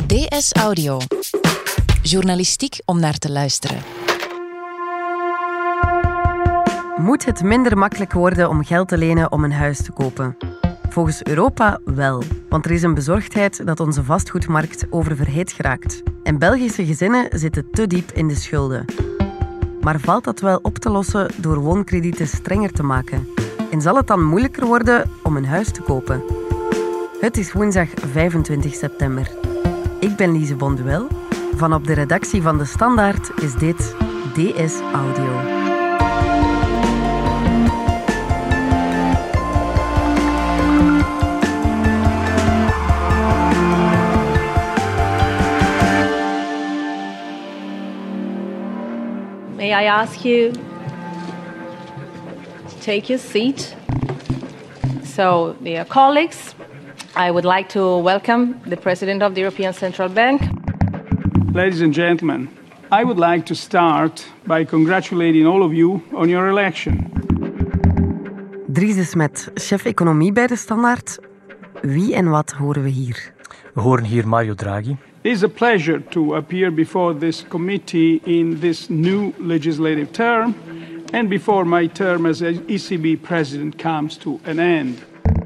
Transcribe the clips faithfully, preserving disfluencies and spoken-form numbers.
D S Audio. Journalistiek om naar te luisteren. Moet het minder makkelijk worden om geld te lenen om een huis te kopen? Volgens Europa wel, want er is een bezorgdheid dat onze vastgoedmarkt oververhit geraakt. En Belgische gezinnen zitten te diep in de schulden. Maar valt dat wel op te lossen door woonkredieten strenger te maken? En zal het dan moeilijker worden om een huis te kopen? Het is woensdag vijfentwintig september. Ik ben Lise Bonduel. Van op de redactie van De Standaard is dit D S Audio. May I ask you to take your seat? So, dear colleagues, I would like to welcome the President of the European Central Bank. Ladies and gentlemen, I would like to start by congratulating all of you on your election. Dries de Smet, chef economie bij De Standaard. Wie en wat horen we hier? We horen hier Mario Draghi. It is a pleasure to appear before this committee in this new legislative term and before my term as E C B president comes to an end.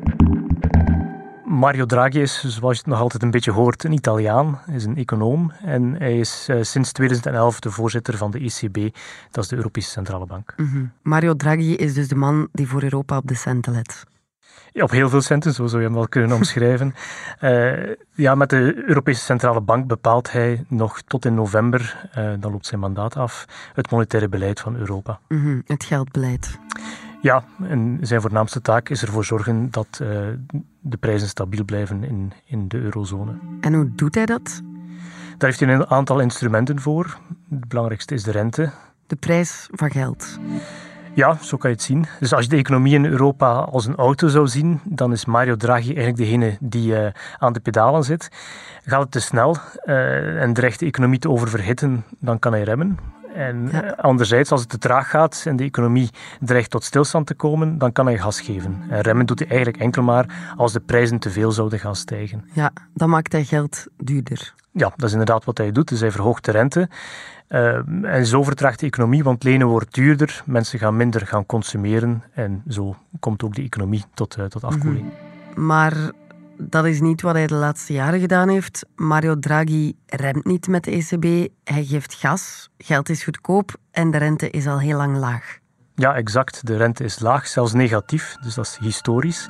Mario Draghi is, zoals je het nog altijd een beetje hoort, een Italiaan. Hij is een econoom en hij is uh, sinds tweeduizend elf de voorzitter van de E C B. Dat is de Europese Centrale Bank. Mm-hmm. Mario Draghi is dus de man die voor Europa op de centen let. Ja, op heel veel centen, zo zou je hem wel kunnen omschrijven. uh, ja, met de Europese Centrale Bank bepaalt hij nog tot in november, uh, dan loopt zijn mandaat af, het monetaire beleid van Europa. Mm-hmm, het geldbeleid. Ja, en zijn voornaamste taak is ervoor zorgen dat uh, de prijzen stabiel blijven in, in de eurozone. En hoe doet hij dat? Daar heeft hij een aantal instrumenten voor. Het belangrijkste is de rente. De prijs van geld. Ja, zo kan je het zien. Dus als je de economie in Europa als een auto zou zien, dan is Mario Draghi eigenlijk degene die uh, aan de pedalen zit. Gaat het te snel uh, en dreigt de economie te oververhitten, dan kan hij remmen. En ja. uh, anderzijds, als het te traag gaat en de economie dreigt tot stilstand te komen, dan kan hij gas geven. En remmen doet hij eigenlijk enkel maar als de prijzen te veel zouden gaan stijgen. Ja, dan maakt hij geld duurder. Ja, dat is inderdaad wat hij doet. Dus hij verhoogt de rente. Uh, en zo vertraagt de economie, want lenen wordt duurder. Mensen gaan minder gaan consumeren. En zo komt ook de economie tot, uh, tot afkoeling. Mm-hmm. Maar dat is niet wat hij de laatste jaren gedaan heeft. Mario Draghi remt niet met de E C B. Hij geeft gas. Geld is goedkoop en de rente is al heel lang laag. Ja, exact. De rente is laag, zelfs negatief. Dus dat is historisch.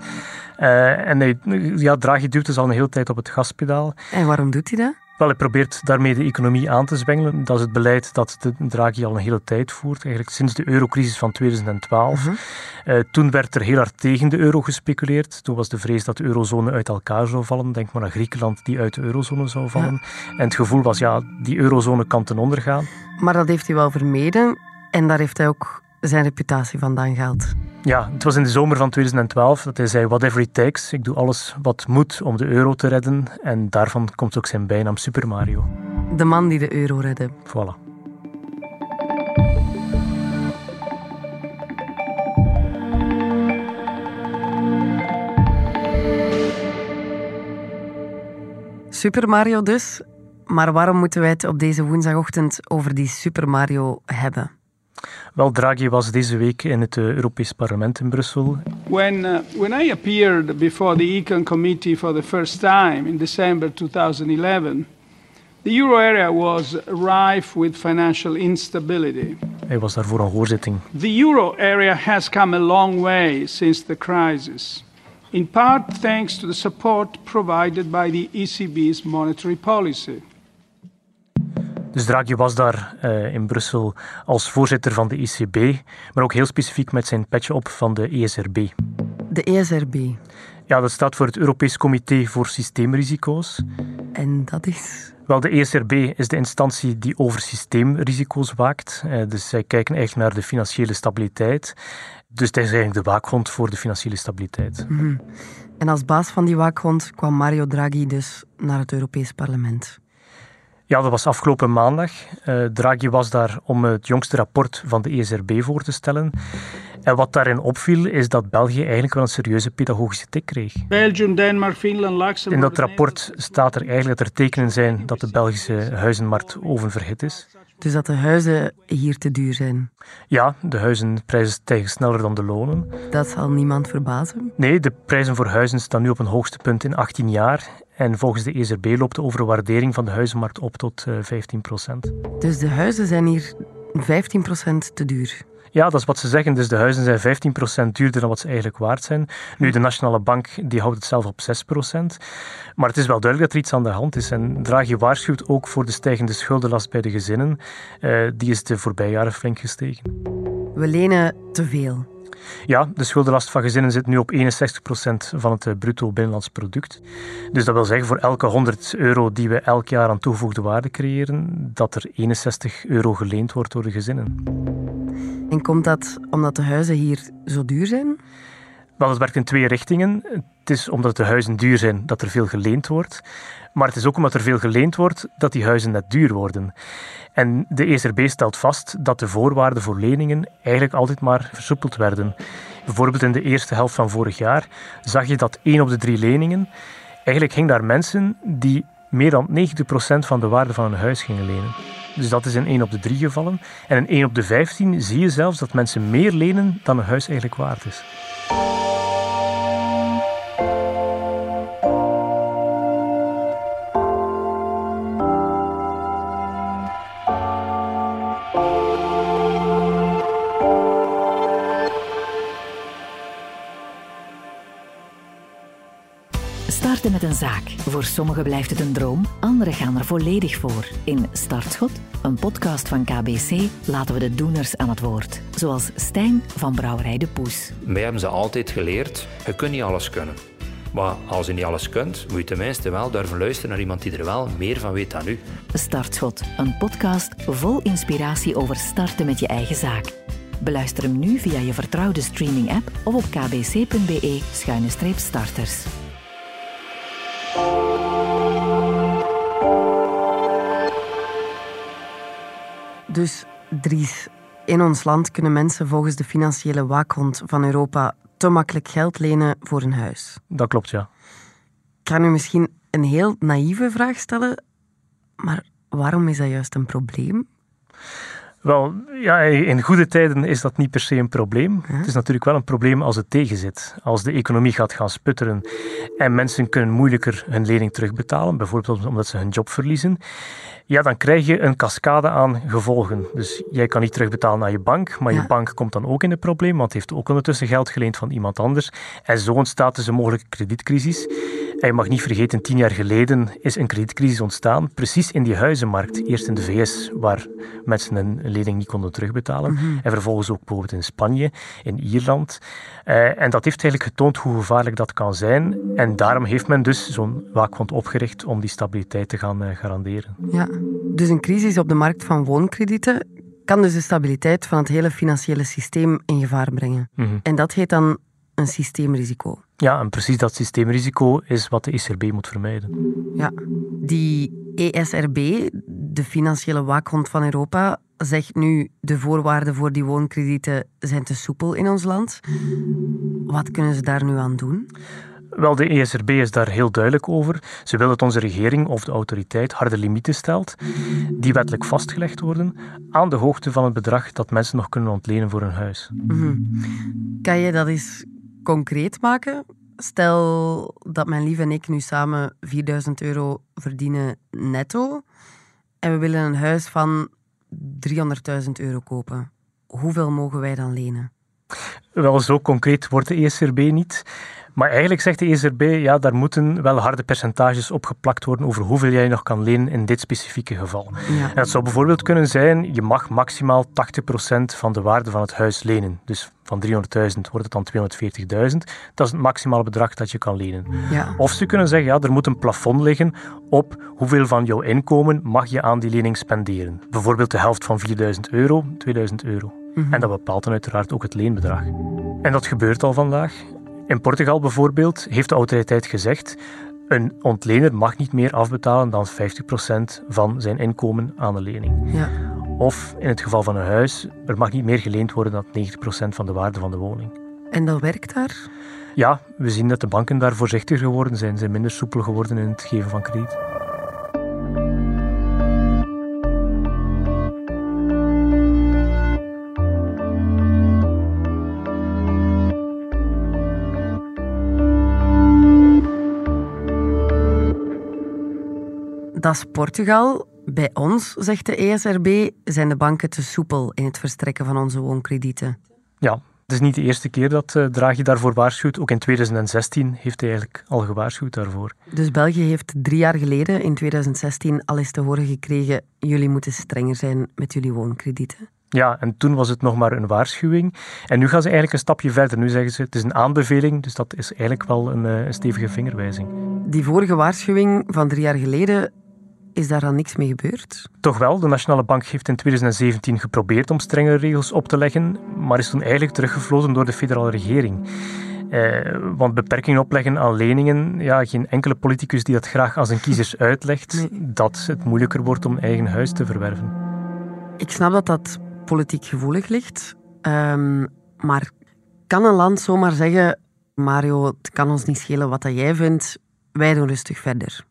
Uh, en hij, ja, Draghi duwt dus al een hele tijd op het gaspedaal. En waarom doet hij dat? Wel, hij probeert daarmee de economie aan te zwengelen. Dat is het beleid dat de Draghi al een hele tijd voert. Eigenlijk sinds de eurocrisis van tweeduizend twaalf. Uh-huh. Uh, toen werd er heel hard tegen de euro gespeculeerd. Toen was de vrees dat de eurozone uit elkaar zou vallen. Denk maar aan Griekenland die uit de eurozone zou vallen. Ja. En het gevoel was, ja, die eurozone kan ten onder gaan. Maar dat heeft hij wel vermeden. En daar heeft hij ook zijn reputatie vandaan gehaald. Ja, het was in de zomer van tweeduizend twaalf dat hij zei, whatever it takes, ik doe alles wat moet om de euro te redden. En daarvan komt ook zijn bijnaam Super Mario. De man die de euro redde. Voilà. Super Mario dus. Maar waarom moeten wij het op deze woensdagochtend over die Super Mario hebben? Wel, Draghi was deze week in het uh, Europees Parlement in Brussel. When, uh, when I appeared before the Econ Committee for the first time in December twenty eleven, the euro area was rife with financial instability. Hij was daar voor een hoorzitting. The euro area has come a long way since the crisis, in part thanks to the support provided by the E C B's monetary policy. Dus Draghi was daar uh, in Brussel als voorzitter van de E C B, maar ook heel specifiek met zijn petje op van de E S R B. De E S R B? Ja, dat staat voor het Europees Comité voor Systeemrisico's. En dat is? Wel, de E S R B is de instantie die over systeemrisico's waakt. Uh, dus zij kijken eigenlijk naar de financiële stabiliteit. Dus het is eigenlijk de waakhond voor de financiële stabiliteit. Mm-hmm. En als baas van die waakhond kwam Mario Draghi dus naar het Europees Parlement. Ja, dat was afgelopen maandag. Uh, Draghi was daar om het jongste rapport van de E S R B voor te stellen. En wat daarin opviel, is dat België eigenlijk wel een serieuze pedagogische tik kreeg. Belgium, Denemarken, Finland, Luxemburg... In dat rapport staat er eigenlijk dat er tekenen zijn dat de Belgische huizenmarkt oververhit is. Dus dat de huizen hier te duur zijn? Ja, de huizenprijzen stijgen sneller dan de lonen. Dat zal niemand verbazen? Nee, de prijzen voor huizen staan nu op een hoogste punt in achttien jaar. En volgens de E S R B loopt de overwaardering van de huizenmarkt op tot uh, vijftien procent. Dus de huizen zijn hier vijftien procent te duur? Ja, dat is wat ze zeggen. Dus de huizen zijn vijftien procent duurder dan wat ze eigenlijk waard zijn. Nu, de Nationale Bank die houdt het zelf op zes procent. Maar het is wel duidelijk dat er iets aan de hand is. En Draghi waarschuwt ook voor de stijgende schuldenlast bij de gezinnen. Uh, die is de voorbije jaren flink gestegen. We lenen te veel. Ja, de schuldenlast van gezinnen zit nu op eenenzestig procent van het bruto binnenlands product. Dus dat wil zeggen, voor elke honderd euro die we elk jaar aan toegevoegde waarde creëren, dat er eenenzestig euro geleend wordt door de gezinnen. En komt dat omdat de huizen hier zo duur zijn? Wel, het werkt in twee richtingen. Het is omdat de huizen duur zijn dat er veel geleend wordt. Maar het is ook omdat er veel geleend wordt dat die huizen net duur worden. En de E S R B stelt vast dat de voorwaarden voor leningen eigenlijk altijd maar versoepeld werden. Bijvoorbeeld in de eerste helft van vorig jaar zag je dat één op de drie leningen... Eigenlijk ging daar mensen die meer dan negentig procent van de waarde van een huis gingen lenen. Dus dat is in één op de drie gevallen. En in één op de vijftien zie je zelfs dat mensen meer lenen dan een huis eigenlijk waard is. Starten met een zaak. Voor sommigen blijft het een droom, anderen gaan er volledig voor. In Startschot, een podcast van K B C, laten we de doeners aan het woord. Zoals Stijn van Brouwerij De Poes. Wij hebben ze altijd geleerd, je kunt niet alles kunnen. Maar als je niet alles kunt, moet je tenminste wel durven luisteren naar iemand die er wel meer van weet dan u. Startschot, een podcast vol inspiratie over starten met je eigen zaak. Beluister hem nu via je vertrouwde streaming-app of op kbc.be schuine streep starters. Dus, Dries, in ons land kunnen mensen volgens de financiële waakhond van Europa te makkelijk geld lenen voor een huis. Dat klopt, ja. Ik ga nu misschien een heel naïeve vraag stellen, maar waarom is dat juist een probleem? Wel, ja, in goede tijden is dat niet per se een probleem. Huh? Het is natuurlijk wel een probleem als het tegenzit. Als de economie gaat gaan sputteren en mensen kunnen moeilijker hun lening terugbetalen, bijvoorbeeld omdat ze hun job verliezen, ja, dan krijg je een cascade aan gevolgen. Dus jij kan niet terugbetalen aan je bank, maar ja. je bank komt dan ook in het probleem, want heeft ook ondertussen geld geleend van iemand anders. En zo ontstaat dus een mogelijke kredietcrisis. En je mag niet vergeten, tien jaar geleden is een kredietcrisis ontstaan, precies in die huizenmarkt. Eerst in de V S, waar mensen een lening niet konden terugbetalen. Mm-hmm. En vervolgens ook bijvoorbeeld in Spanje, in Ierland. Uh, en dat heeft eigenlijk getoond hoe gevaarlijk dat kan zijn. En daarom heeft men dus zo'n waakhond opgericht om die stabiliteit te gaan uh, garanderen. Ja, dus een crisis op de markt van woonkredieten kan dus de stabiliteit van het hele financiële systeem in gevaar brengen. Mm-hmm. En dat heet dan een systeemrisico. Ja, en precies dat systeemrisico is wat de E S R B moet vermijden. Ja, die E S R B, de financiële waakhond van Europa, zegt nu de voorwaarden voor die woonkredieten zijn te soepel in ons land. Wat kunnen ze daar nu aan doen? Wel, de E S R B is daar heel duidelijk over. Ze wil dat onze regering of de autoriteit harde limieten stelt, die wettelijk vastgelegd worden, aan de hoogte van het bedrag dat mensen nog kunnen ontlenen voor hun huis. Mm-hmm. Kan je dat eens concreet maken? Stel dat mijn lief en ik nu samen vierduizend euro verdienen netto en we willen een huis van driehonderdduizend euro kopen. Hoeveel mogen wij dan lenen? Wel, zo concreet wordt de E S R B niet. Maar eigenlijk zegt de E S R B, ja, daar moeten wel harde percentages op geplakt worden over hoeveel jij nog kan lenen in dit specifieke geval. Ja. En dat zou bijvoorbeeld kunnen zijn, je mag maximaal tachtig procent van de waarde van het huis lenen. Dus van driehonderdduizend wordt het dan tweehonderdveertigduizend. Dat is het maximale bedrag dat je kan lenen. Ja. Of ze kunnen zeggen, ja, er moet een plafond liggen op hoeveel van jouw inkomen mag je aan die lening spenderen. Bijvoorbeeld de helft van vierduizend euro, tweeduizend euro. Mm-hmm. En dat bepaalt dan uiteraard ook het leenbedrag. En dat gebeurt al vandaag. In Portugal bijvoorbeeld heeft de autoriteit gezegd, Een ontlener mag niet meer afbetalen dan vijftig procent van zijn inkomen aan de lening. Ja. Of in het geval van een huis, er mag niet meer geleend worden dan negentig procent van de waarde van de woning. En dat werkt daar? Ja, we zien dat de banken daar voorzichtiger geworden zijn, zijn minder soepel geworden in het geven van krediet. Dat is Portugal. Bij ons, zegt de E S R B, zijn de banken te soepel in het verstrekken van onze woonkredieten. Ja, het is niet de eerste keer dat uh, Draghi daarvoor waarschuwt. Ook in tweeduizend zestien heeft hij eigenlijk al gewaarschuwd daarvoor. Dus België heeft drie jaar geleden, in tweeduizend zestien, al eens te horen gekregen: jullie moeten strenger zijn met jullie woonkredieten. Ja, en toen was het nog maar een waarschuwing. En nu gaan ze eigenlijk een stapje verder. Nu zeggen ze, het is een aanbeveling, dus dat is eigenlijk wel een, uh, een stevige vingerwijzing. Die vorige waarschuwing van drie jaar geleden, is daar dan niks mee gebeurd? Toch wel. De Nationale Bank heeft in tweeduizend zeventien geprobeerd om strengere regels op te leggen, maar is toen eigenlijk teruggefloten door de federale regering. Eh, want beperkingen opleggen aan leningen, ja, geen enkele politicus die dat graag aan zijn kiezers uitlegt, nee. Dat het moeilijker wordt om eigen huis te verwerven. Ik snap dat dat politiek gevoelig ligt, um, maar kan een land zomaar zeggen: Mario, het kan ons niet schelen wat dat jij vindt, wij doen rustig verder?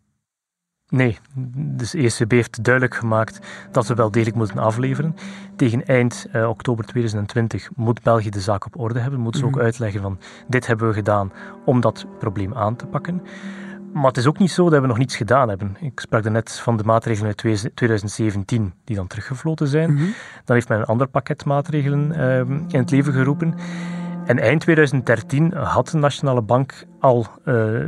Nee, dus de E C B heeft duidelijk gemaakt dat we wel degelijk moeten afleveren. Tegen eind uh, oktober tweeduizend twintig moet België de zaak op orde hebben. Moeten ze ook uitleggen van, dit hebben we gedaan om dat probleem aan te pakken. Maar het is ook niet zo dat we nog niets gedaan hebben. Ik sprak net van de maatregelen uit tweeduizend zeventien die dan teruggefloten zijn. Mm-hmm. Dan heeft men een ander pakket maatregelen uh, in het leven geroepen. En eind tweeduizend dertien had de Nationale Bank al uh,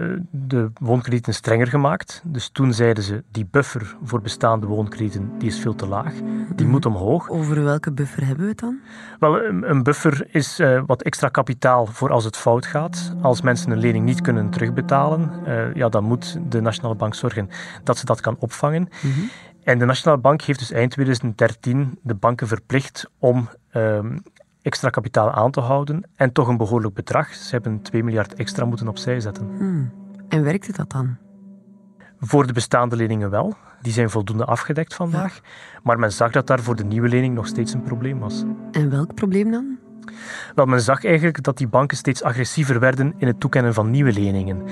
de woonkredieten strenger gemaakt. Dus toen zeiden ze, die buffer voor bestaande woonkredieten die is veel te laag. Die moet omhoog. Over welke buffer hebben we het dan? Wel, een, een buffer is uh, wat extra kapitaal voor als het fout gaat. Als mensen een lening niet kunnen terugbetalen, uh, ja, dan moet de Nationale Bank zorgen dat ze dat kan opvangen. Mm-hmm. En de Nationale Bank heeft dus eind tweeduizend dertien de banken verplicht om Uh, extra kapitaal aan te houden en toch een behoorlijk bedrag. Ze hebben twee miljard extra moeten opzij zetten. Hmm. En werkte dat dan? Voor de bestaande leningen wel. Die zijn voldoende afgedekt vandaag. Ja. Maar men zag dat daar voor de nieuwe lening nog steeds een probleem was. En welk probleem dan? Wel, men zag eigenlijk dat die banken steeds agressiever werden in het toekennen van nieuwe leningen.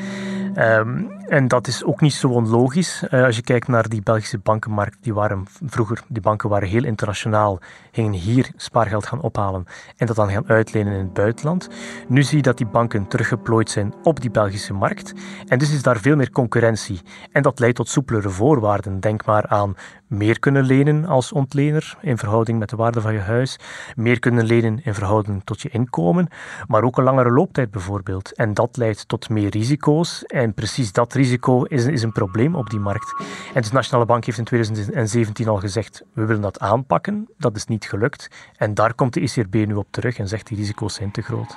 Um, en dat is ook niet zo onlogisch. Uh, als je kijkt naar die Belgische bankenmarkt, die waren vroeger, die banken waren heel internationaal, gingen hier spaargeld gaan ophalen en dat dan gaan uitlenen in het buitenland. Nu zie je dat die banken teruggeplooid zijn op die Belgische markt en dus is daar veel meer concurrentie. En dat leidt tot soepelere voorwaarden. Denk maar aan meer kunnen lenen als ontlener in verhouding met de waarde van je huis, meer kunnen lenen in verhouding tot je inkomen, maar ook een langere looptijd bijvoorbeeld. En dat leidt tot meer risico's en precies dat risico is, is een probleem op die markt. En de Nationale Bank heeft in tweeduizend zeventien al gezegd, we willen dat aanpakken. Dat is niet gelukt. En daar komt de E C R B nu op terug en zegt die risico's zijn te groot.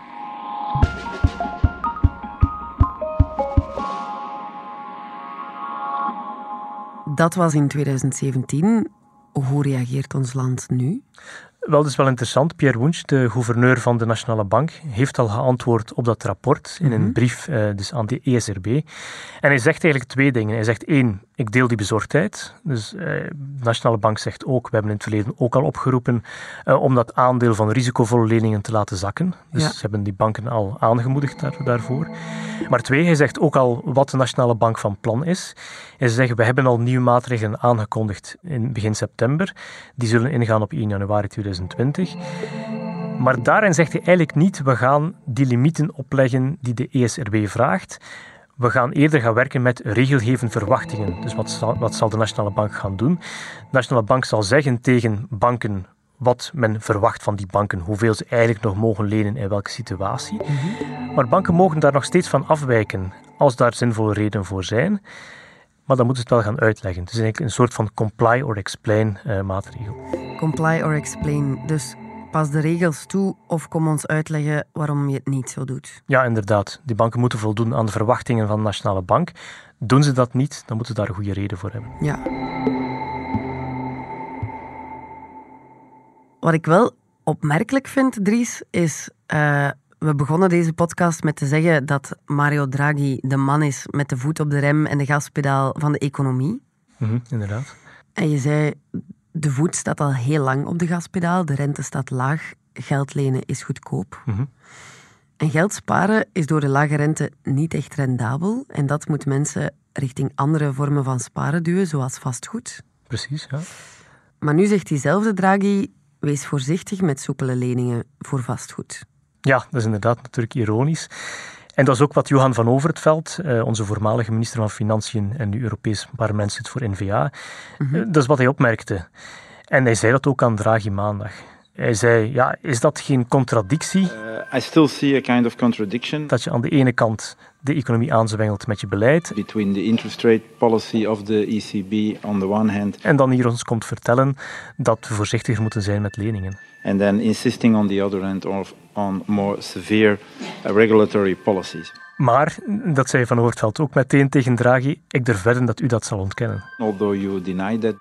Dat was in tweeduizend zeventien. Hoe reageert ons land nu? Wel, dat is wel interessant. Pierre Wunsch, de gouverneur van de Nationale Bank, heeft al geantwoord op dat rapport in een brief uh, dus aan de E S R B. En hij zegt eigenlijk twee dingen. Hij zegt één, ik deel die bezorgdheid. Dus uh, de Nationale Bank zegt ook, we hebben in het verleden ook al opgeroepen uh, om dat aandeel van risicovolle leningen te laten zakken. Dus ja. Ze hebben die banken al aangemoedigd daar, daarvoor. Maar twee, hij zegt ook al wat de Nationale Bank van plan is. Hij zegt, we hebben al nieuwe maatregelen aangekondigd in begin september. Die zullen ingaan op één januari tweeduizend twintig. Maar daarin zegt hij eigenlijk niet, we gaan die limieten opleggen die de E S R B vraagt. We gaan eerder gaan werken met regelgevende verwachtingen. Dus wat zal, wat zal de Nationale Bank gaan doen? De Nationale Bank zal zeggen tegen banken wat men verwacht van die banken, hoeveel ze eigenlijk nog mogen lenen in welke situatie. Mm-hmm. Maar banken mogen daar nog steeds van afwijken, als daar zinvolle redenen voor zijn. Maar dan moeten ze het wel gaan uitleggen. Het is eigenlijk een soort van comply or explain uh, maatregel. Comply or explain. Dus pas de regels toe of kom ons uitleggen waarom je het niet zo doet. Ja, inderdaad. Die banken moeten voldoen aan de verwachtingen van de Nationale Bank. Doen ze dat niet, dan moeten ze daar een goede reden voor hebben. Ja. Wat ik wel opmerkelijk vind, Dries, is Uh, We begonnen deze podcast met te zeggen dat Mario Draghi de man is met de voet op de rem en de gaspedaal van de economie. Mm-hmm, inderdaad. En je zei, de voet staat al heel lang op de gaspedaal, de rente staat laag, geld lenen is goedkoop. Mm-hmm. En geld sparen is door de lage rente niet echt rendabel en dat moet mensen richting andere vormen van sparen duwen, zoals vastgoed. Precies, ja. Maar nu zegt diezelfde Draghi, wees voorzichtig met soepele leningen voor vastgoed. Ja, dat is inderdaad natuurlijk ironisch. En dat is ook wat Johan van Overtveld, onze voormalige minister van Financiën en nu Europees parlementslid voor N V A, mm-hmm. dat is wat hij opmerkte. En hij zei dat ook aan Draghi maandag. Hij zei, ja, is dat geen contradictie? Uh, I still see a kind of contradiction. Dat je aan de ene kant de economie aanzwengelt met je beleid. Between the interest rate policy of the E C B on the one hand. En dan hier ons komt vertellen dat we voorzichtiger moeten zijn met leningen. And then insisting on the other hand of on more severe uh, regulatory policies. Maar, dat zei Van Overtveld ook meteen tegen Draghi, ik durf wedden dat u dat zal ontkennen. Although you deny that.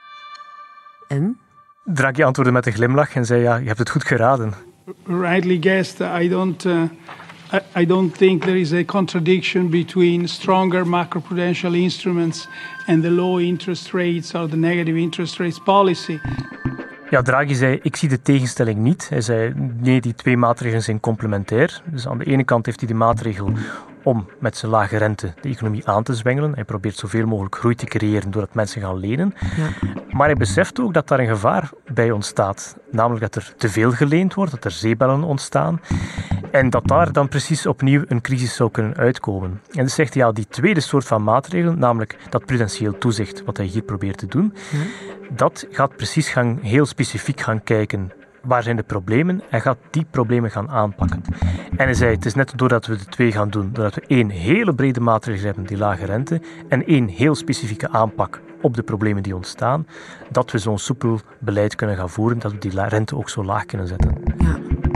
En? Draghi antwoordde met een glimlach en zei, ja, je hebt het goed geraden. Rightly guessed, I don't, uh, I, I don't think there is a contradiction between stronger macroprudential instruments and the low interest rates or the negative interest rates policy. Ja, Draghi zei, ik zie de tegenstelling niet. Hij zei, nee, die twee maatregelen zijn complementair. Dus aan de ene kant heeft hij de maatregel om met zijn lage rente de economie aan te zwengelen. Hij probeert zoveel mogelijk groei te creëren doordat mensen gaan lenen. Ja. Maar hij beseft ook dat daar een gevaar bij ontstaat. Namelijk dat er te veel geleend wordt, dat er zeebellen ontstaan. En dat daar dan precies opnieuw een crisis zou kunnen uitkomen. En dus zegt hij, ja, die tweede soort van maatregelen, namelijk dat prudentieel toezicht, wat hij hier probeert te doen, ja. dat gaat precies gaan, heel specifiek gaan kijken. Waar zijn de problemen? En gaat die problemen gaan aanpakken. En hij zei, het is net doordat we de twee gaan doen, doordat we één hele brede maatregel hebben, die lage rente, en één heel specifieke aanpak op de problemen die ontstaan, dat we zo'n soepel beleid kunnen gaan voeren, dat we die rente ook zo laag kunnen zetten. Ja.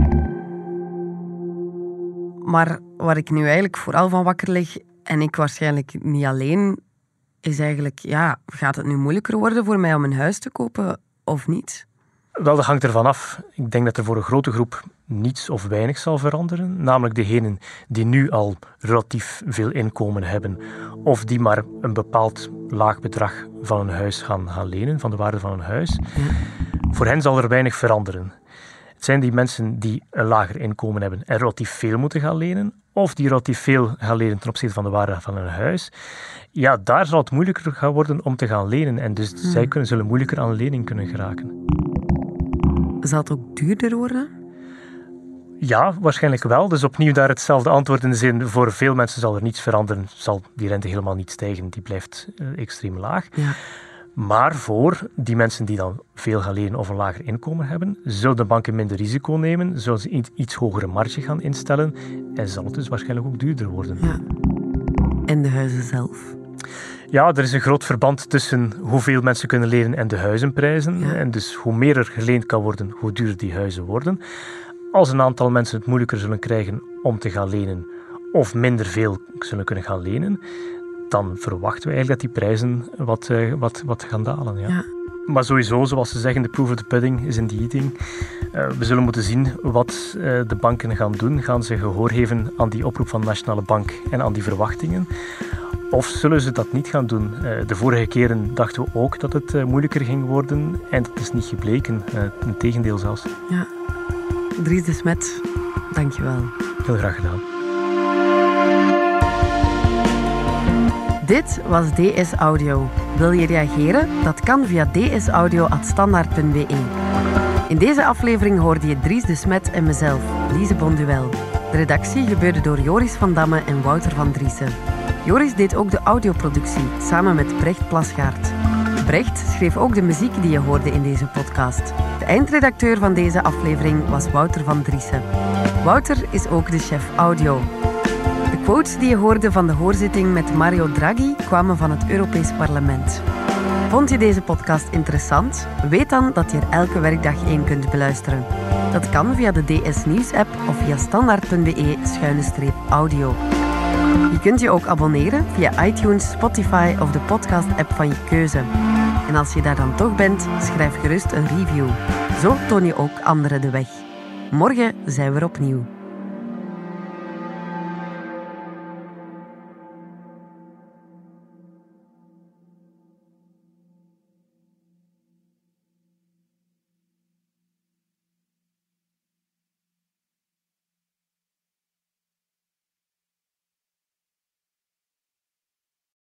Maar waar ik nu eigenlijk vooral van wakker lig, en ik waarschijnlijk niet alleen, is eigenlijk, ja, gaat het nu moeilijker worden voor mij om een huis te kopen of niet? Wel, dat hangt ervan af. Ik denk dat er voor een grote groep niets of weinig zal veranderen. Namelijk degenen die nu al relatief veel inkomen hebben of die maar een bepaald laag bedrag van een huis gaan, gaan lenen, van de waarde van een huis. Ja. Voor hen zal er weinig veranderen. Het zijn die mensen die een lager inkomen hebben en relatief veel moeten gaan lenen, of die relatief veel gaan lenen ten opzichte van de waarde van een huis. Ja, daar zal het moeilijker gaan worden om te gaan lenen. En dus hmm. zij kunnen, zullen moeilijker aan een lening kunnen geraken. Zal het ook duurder worden? Ja, waarschijnlijk wel. Dus opnieuw daar hetzelfde antwoord in de zin, voor veel mensen zal er niets veranderen, zal die rente helemaal niet stijgen, die blijft uh, extreem laag. Ja. Maar voor die mensen die dan veel gaan lenen of een lager inkomen hebben, zullen de banken minder risico nemen, zullen ze iets hogere marge gaan instellen en zal het dus waarschijnlijk ook duurder worden. Ja. En de huizen zelf? Ja, er is een groot verband tussen hoeveel mensen kunnen lenen en de huizenprijzen. Ja. En dus hoe meer er geleend kan worden, hoe duurder die huizen worden. Als een aantal mensen het moeilijker zullen krijgen om te gaan lenen of minder veel zullen kunnen gaan lenen, dan verwachten we eigenlijk dat die prijzen wat, uh, wat, wat gaan dalen. Ja. Ja. Maar sowieso, zoals ze zeggen, de proof of the pudding is in the eating. Uh, we zullen moeten zien wat uh, de banken gaan doen. Gaan ze gehoor geven aan die oproep van de Nationale Bank en aan die verwachtingen? Of zullen ze dat niet gaan doen? Uh, de vorige keren dachten we ook dat het uh, moeilijker ging worden en dat is niet gebleken. Uh, integendeel zelfs. Ja. Dries de Smet, dank je wel. Heel graag gedaan. Dit was D S Audio. Wil je reageren? Dat kan via d s audio at standaard punt b e. In deze aflevering hoorde je Dries de Smet en mezelf, Lise Bonduel. De redactie gebeurde door Joris van Damme en Wouter van Driessen. Joris deed ook de audioproductie, samen met Brecht Plasgaard. Brecht schreef ook de muziek die je hoorde in deze podcast. De eindredacteur van deze aflevering was Wouter van Driessen. Wouter is ook de chef audio. De quotes die je hoorde van de hoorzitting met Mario Draghi kwamen van het Europees Parlement. Vond je deze podcast interessant? Weet dan dat je er elke werkdag één kunt beluisteren. Dat kan via de D S Nieuws-app of via standaard punt b e schuine streep audio. Je kunt je ook abonneren via iTunes, Spotify of de podcast-app van je keuze. En als je daar dan toch bent, schrijf gerust een review. Zo toon je ook anderen de weg. Morgen zijn we er opnieuw.